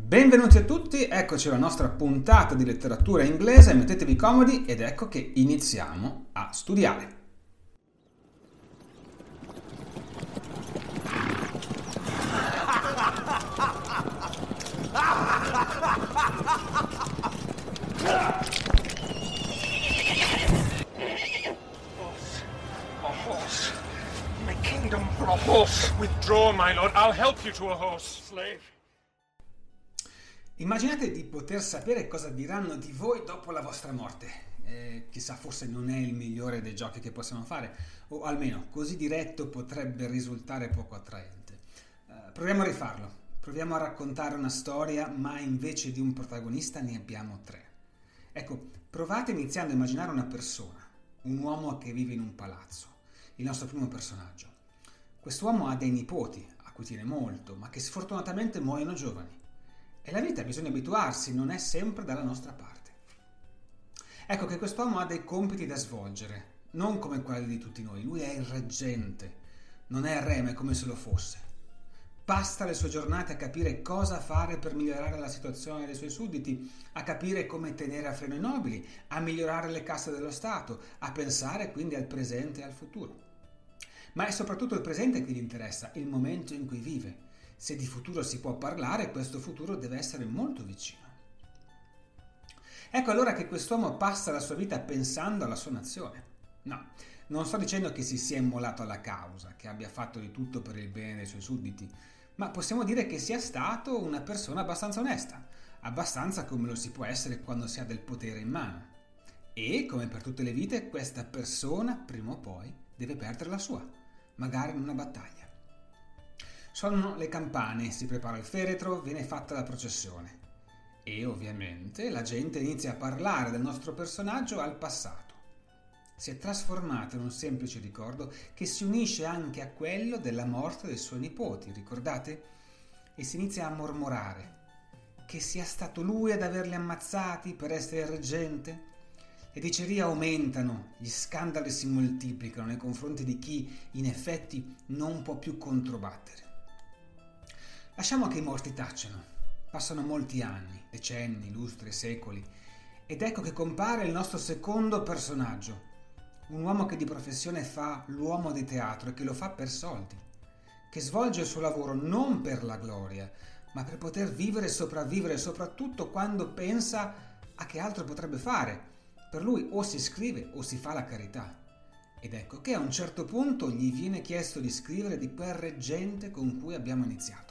Benvenuti a tutti, eccoci alla nostra puntata di letteratura inglese, mettetevi comodi ed ecco che iniziamo a studiare. A horse. My kingdom for a horse. Withdraw, my lord. I'll help you to a horse, slave. Immaginate di poter sapere cosa diranno di voi dopo la vostra morte. Chissà, forse non è il migliore dei giochi che possiamo fare, o almeno così diretto potrebbe risultare poco attraente. Proviamo a rifarlo. Proviamo a raccontare una storia, ma invece di un protagonista ne abbiamo tre. Ecco, provate iniziando a immaginare una persona, un uomo che vive in un palazzo, il nostro primo personaggio. Quest'uomo ha dei nipoti, a cui tiene molto, ma che sfortunatamente muoiono giovani. E la vita bisogna abituarsi, non è sempre dalla nostra parte. Ecco che quest'uomo ha dei compiti da svolgere, non come quelli di tutti noi. Lui è il reggente, non è il re, ma è come se lo fosse. Passa le sue giornate a capire cosa fare per migliorare la situazione dei suoi sudditi, a capire come tenere a freno i nobili, a migliorare le casse dello Stato, a pensare quindi al presente e al futuro. Ma è soprattutto il presente che gli interessa, il momento in cui vive. Se di futuro si può parlare, questo futuro deve essere molto vicino. Ecco allora che quest'uomo passa la sua vita pensando alla sua nazione. No, non sto dicendo che si sia immolato alla causa, che abbia fatto di tutto per il bene dei suoi sudditi, ma possiamo dire che sia stato una persona abbastanza onesta, abbastanza come lo si può essere quando si ha del potere in mano. E, come per tutte le vite, questa persona, prima o poi, deve perdere la sua, magari in una battaglia. Suonano le campane, si prepara il feretro, viene fatta la processione. E ovviamente la gente inizia a parlare del nostro personaggio al passato. Si è trasformato in un semplice ricordo che si unisce anche a quello della morte dei suoi nipoti, ricordate? E si inizia a mormorare che sia stato lui ad averli ammazzati per essere il reggente. Le dicerie aumentano, gli scandali si moltiplicano nei confronti di chi in effetti non può più controbattere. Lasciamo che i morti tacciano. Passano molti anni, decenni, lustri, secoli, ed ecco che compare il nostro secondo personaggio, un uomo che di professione fa l'uomo di teatro e che lo fa per soldi, che svolge il suo lavoro non per la gloria, ma per poter vivere e sopravvivere, soprattutto quando pensa a che altro potrebbe fare. Per lui o si scrive o si fa la carità. Ed ecco che a un certo punto gli viene chiesto di scrivere di quel reggente con cui abbiamo iniziato.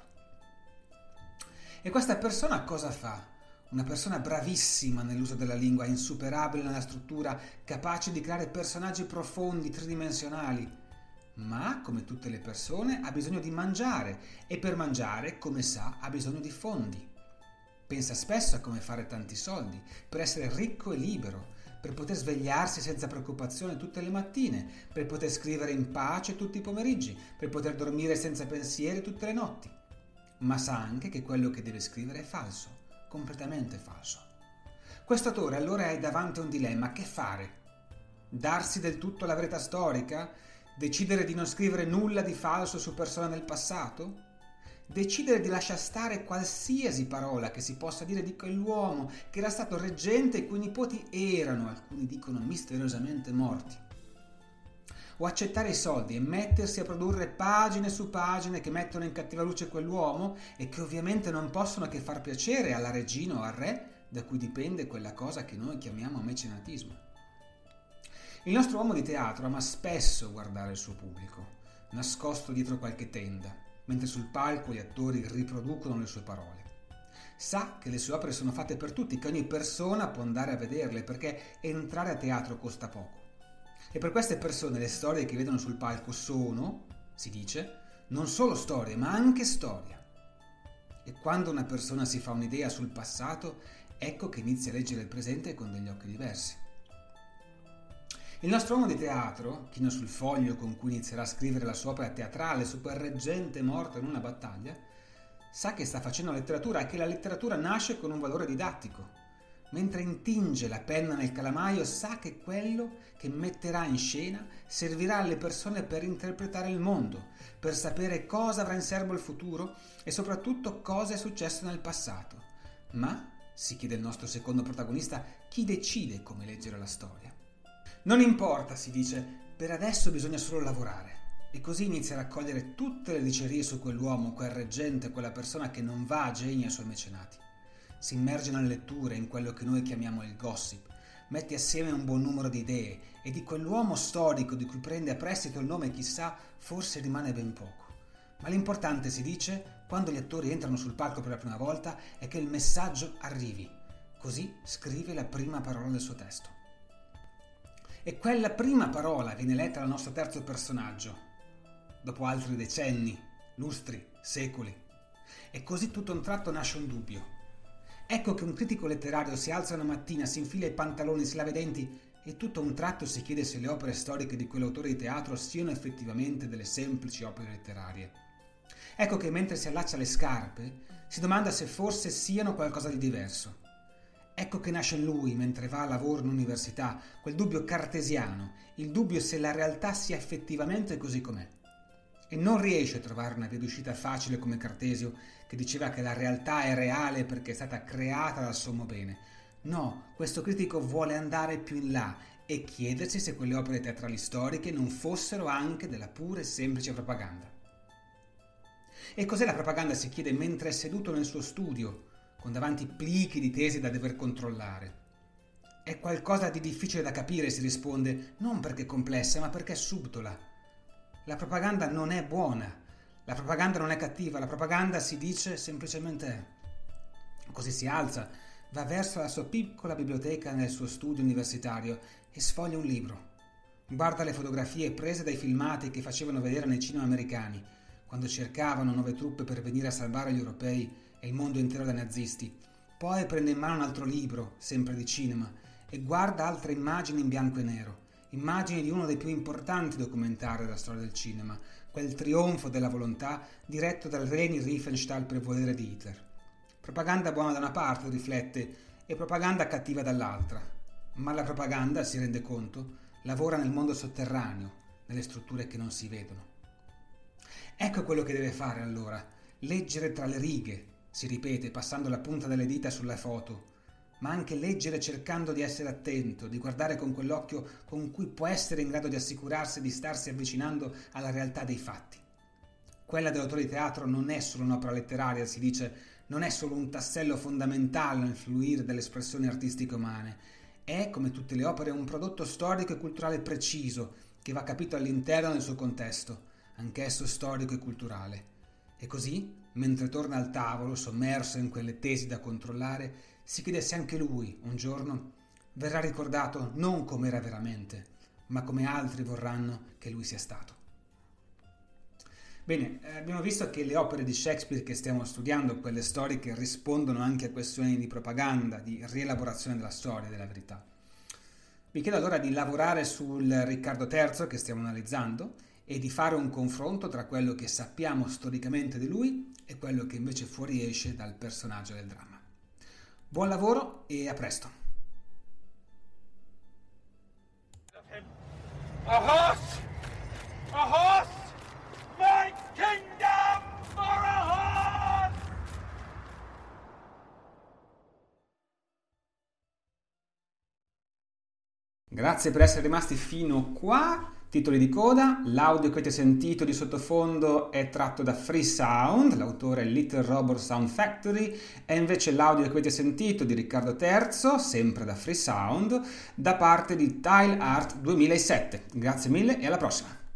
E questa persona cosa fa? Una persona bravissima nell'uso della lingua, insuperabile nella struttura, capace di creare personaggi profondi, tridimensionali. Ma, come tutte le persone, ha bisogno di mangiare e per mangiare, come sa, ha bisogno di fondi. Pensa spesso a come fare tanti soldi, per essere ricco e libero, per poter svegliarsi senza preoccupazione tutte le mattine, per poter scrivere in pace tutti i pomeriggi, per poter dormire senza pensieri tutte le notti. Ma sa anche che quello che deve scrivere è falso, completamente falso. Questo autore allora è davanti a un dilemma: che fare? Darsi del tutto la verità storica? Decidere di non scrivere nulla di falso su persone del passato? Decidere di lasciar stare qualsiasi parola che si possa dire di quell'uomo che era stato reggente e i cui nipoti erano, alcuni dicono, misteriosamente morti? O accettare i soldi e mettersi a produrre pagine su pagine che mettono in cattiva luce quell'uomo e che ovviamente non possono che far piacere alla regina o al re da cui dipende quella cosa che noi chiamiamo mecenatismo. Il nostro uomo di teatro ama spesso guardare il suo pubblico, nascosto dietro qualche tenda, mentre sul palco gli attori riproducono le sue parole. Sa che le sue opere sono fatte per tutti, che ogni persona può andare a vederle perché entrare a teatro costa poco. E per queste persone le storie che vedono sul palco sono, si dice, non solo storie, ma anche storia. E quando una persona si fa un'idea sul passato, ecco che inizia a leggere il presente con degli occhi diversi. Il nostro uomo di teatro, chino sul foglio con cui inizierà a scrivere la sua opera teatrale su quel reggente morto in una battaglia, sa che sta facendo letteratura e che la letteratura nasce con un valore didattico. Mentre intinge la penna nel calamaio, sa che quello che metterà in scena servirà alle persone per interpretare il mondo, per sapere cosa avrà in serbo il futuro e soprattutto cosa è successo nel passato, Ma, si chiede il nostro secondo protagonista, chi decide come leggere la storia? Non importa, si dice, per adesso bisogna solo lavorare. E così inizia a raccogliere tutte le dicerie su quell'uomo, quel reggente, quella persona che non va a geni ai suoi mecenati. Si immerge nelle letture, in quello che noi chiamiamo il gossip, mette assieme un buon numero di idee e di quell'uomo storico di cui prende a prestito il nome chissà, forse rimane ben poco. Ma l'importante, si dice, quando gli attori entrano sul palco per la prima volta, è che il messaggio arrivi. Così scrive la prima parola del suo testo. E quella prima parola viene letta dal nostro terzo personaggio, dopo altri decenni, lustri, secoli. E così tutto a un tratto nasce un dubbio. Ecco che un critico letterario si alza una mattina, si infila i pantaloni, si lava i denti e tutto a un tratto si chiede se le opere storiche di quell'autore di teatro siano effettivamente delle semplici opere letterarie. Ecco che mentre si allaccia le scarpe si domanda se forse siano qualcosa di diverso. Ecco che nasce in lui, mentre va a lavoro in università, quel dubbio cartesiano, il dubbio se la realtà sia effettivamente così com'è. E non riesce a trovare una via d'uscita facile come Cartesio, che diceva che la realtà è reale perché è stata creata dal sommo bene. No, questo critico vuole andare più in là e chiedersi se quelle opere teatrali storiche non fossero anche della pura e semplice propaganda. E cos'è la propaganda, si chiede mentre è seduto nel suo studio, con davanti plichi di tesi da dover controllare. È qualcosa di difficile da capire, si risponde, non perché è complessa, ma perché è subdola. La propaganda non è buona, la propaganda non è cattiva, la propaganda, si dice, semplicemente è. Così si alza, va verso la sua piccola biblioteca nel suo studio universitario e sfoglia un libro. Guarda le fotografie prese dai filmati che facevano vedere nei cinema americani, quando cercavano nuove truppe per venire a salvare gli europei e il mondo intero dai nazisti. Poi prende in mano un altro libro, sempre di cinema, e guarda altre immagini in bianco e nero. Immagini di uno dei più importanti documentari della storia del cinema, quel trionfo della volontà diretto dal Leni Riefenstahl per volere di Hitler. Propaganda buona da una parte, riflette, e propaganda cattiva dall'altra. Ma la propaganda, si rende conto, lavora nel mondo sotterraneo, nelle strutture che non si vedono. Ecco quello che deve fare allora, leggere tra le righe, si ripete passando la punta delle dita sulla foto, ma anche leggere cercando di essere attento, di guardare con quell'occhio con cui può essere in grado di assicurarsi di starsi avvicinando alla realtà dei fatti. Quella dell'autore di teatro non è solo un'opera letteraria, si dice, non è solo un tassello fondamentale nel fluire delle espressioni artistiche umane, è, come tutte le opere, un prodotto storico e culturale preciso che va capito all'interno del suo contesto, anch'esso storico e culturale. E così, mentre torna al tavolo, sommerso in quelle tesi da controllare, si chiede se anche lui, un giorno, verrà ricordato non come era veramente, ma come altri vorranno che lui sia stato. Bene, abbiamo visto che le opere di Shakespeare che stiamo studiando, quelle storiche, rispondono anche a questioni di propaganda, di rielaborazione della storia e della verità. Vi chiedo allora di lavorare sul Riccardo III che stiamo analizzando e di fare un confronto tra quello che sappiamo storicamente di lui e quello che invece fuoriesce dal personaggio del dramma. Buon lavoro e a presto. A horse! A horse! My kingdom for a horse! Grazie per essere rimasti fino qua. Titoli di coda: l'audio che avete sentito di sottofondo è tratto da Free Sound, l'autore è Little Robot Sound Factory, e invece l'audio che avete sentito di Riccardo III, sempre da Free Sound, da parte di Tile Art 2007. Grazie mille e alla prossima!